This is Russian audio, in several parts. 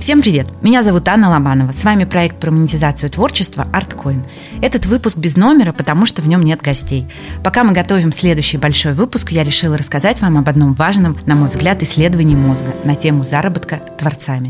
Всем привет! Меня зовут Анна Лобанова. С вами проект про монетизацию творчества ArtCoin. Этот выпуск без номера, потому что в нем нет гостей. Пока мы готовим следующий большой выпуск, я решила рассказать вам об одном важном, на мой взгляд, исследовании мозга на тему заработка творцами.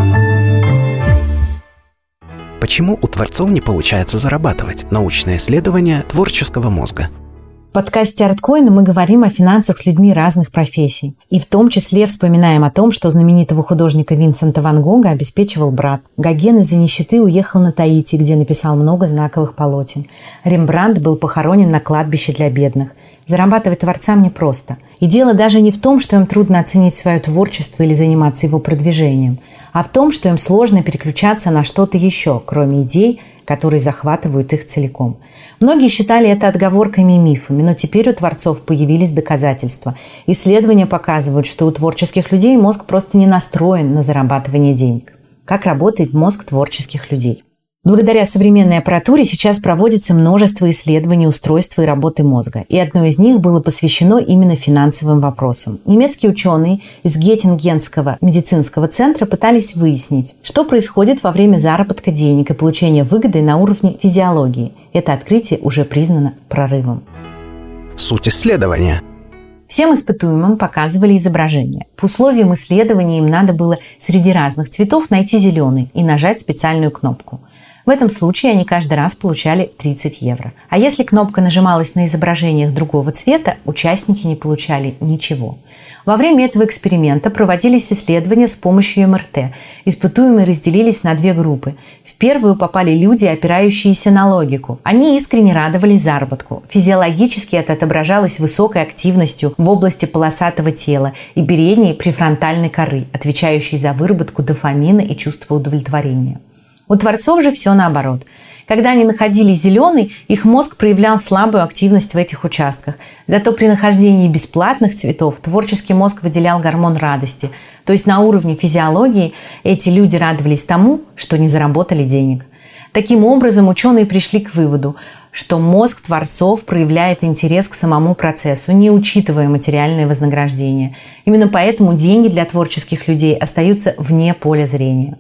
Почему у творцов не получается зарабатывать? Научное исследование творческого мозга. В подкасте ArtCoin мы говорим о финансах с людьми разных профессий. И в том числе вспоминаем о том, что знаменитого художника Винсента Ван Гога обеспечивал брат. Гоген из-за нищеты уехал на Таити, где написал много знаковых полотен. Рембрандт был похоронен на кладбище для бедных. Зарабатывать творцам непросто. И дело даже не в том, что им трудно оценить свое творчество или заниматься его продвижением, а в том, что им сложно переключаться на что-то еще, кроме идей, которые захватывают их целиком. Многие считали это отговорками и мифами, но теперь у творцов появились доказательства. Исследования показывают, что у творческих людей мозг просто не настроен на зарабатывание денег. Как работает мозг творческих людей? Благодаря современной аппаратуре сейчас проводится множество исследований устройства и работы мозга, и одно из них было посвящено именно финансовым вопросам. Немецкие ученые из Геттингенского медицинского центра пытались выяснить, что происходит во время заработка денег и получения выгоды на уровне физиологии. Это открытие уже признано прорывом. Суть исследования. Всем испытуемым показывали изображения. По условиям исследования им надо было среди разных цветов найти зеленый и нажать специальную кнопку. В этом случае они каждый раз получали 30 евро. А если кнопка нажималась на изображениях другого цвета, участники не получали ничего. Во время этого эксперимента проводились исследования с помощью МРТ. Испытуемые разделились на две группы. В первую попали люди, опирающиеся на логику. Они искренне радовались заработку. Физиологически это отображалось высокой активностью в области полосатого тела и передней префронтальной коры, отвечающей за выработку дофамина и чувство удовлетворения. У творцов же все наоборот. Когда они находили зеленый, их мозг проявлял слабую активность в этих участках. Зато при нахождении бесплатных цветов творческий мозг выделял гормон радости. То есть на уровне физиологии эти люди радовались тому, что не заработали денег. Таким образом, ученые пришли к выводу, что мозг творцов проявляет интерес к самому процессу, не учитывая материальное вознаграждение. Именно поэтому деньги для творческих людей остаются вне поля зрения.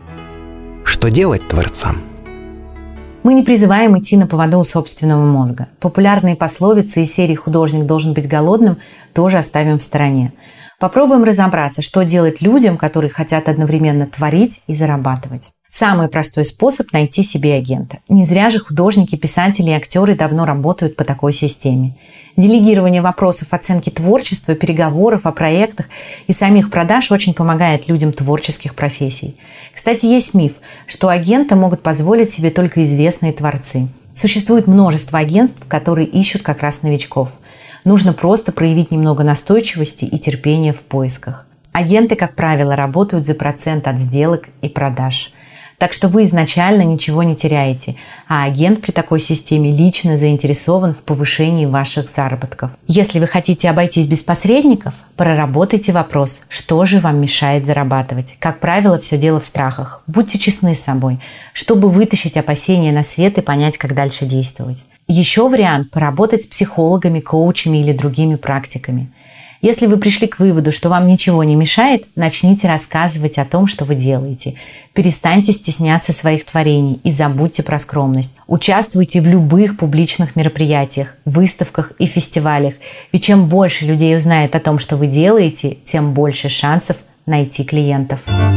Что делать творцам? Мы не призываем идти на поводу у собственного мозга. Популярные пословицы из серии «Художник должен быть голодным» тоже оставим в стороне. Попробуем разобраться, что делать людям, которые хотят одновременно творить и зарабатывать. Самый простой способ – найти себе агента. Не зря же художники, писатели и актеры давно работают по такой системе. Делегирование вопросов оценки творчества, переговоров о проектах и самих продаж очень помогает людям творческих профессий. Кстати, есть миф, что агенты могут позволить себе только известные творцы. Существует множество агентств, которые ищут как раз новичков. Нужно просто проявить немного настойчивости и терпения в поисках. Агенты, как правило, работают за процент от сделок и продаж. Так что вы изначально ничего не теряете, а агент при такой системе лично заинтересован в повышении ваших заработков. Если вы хотите обойтись без посредников, проработайте вопрос, что же вам мешает зарабатывать. Как правило, все дело в страхах. Будьте честны с собой, чтобы вытащить опасения на свет и понять, как дальше действовать. Еще вариант – поработать с психологами, коучами или другими практиками. Если вы пришли к выводу, что вам ничего не мешает, начните рассказывать о том, что вы делаете. Перестаньте стесняться своих творений и забудьте про скромность. Участвуйте в любых публичных мероприятиях, выставках и фестивалях. Ведь чем больше людей узнает о том, что вы делаете, тем больше шансов найти клиентов.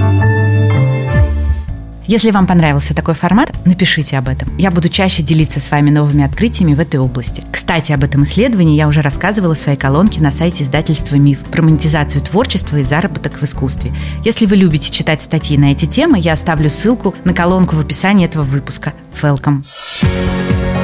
Если вам понравился такой формат, напишите об этом. Я буду чаще делиться с вами новыми открытиями в этой области. Кстати, об этом исследовании я уже рассказывала в своей колонке на сайте издательства «Миф» про монетизацию творчества и заработок в искусстве. Если вы любите читать статьи на эти темы, я оставлю ссылку на колонку в описании этого выпуска. Welcome!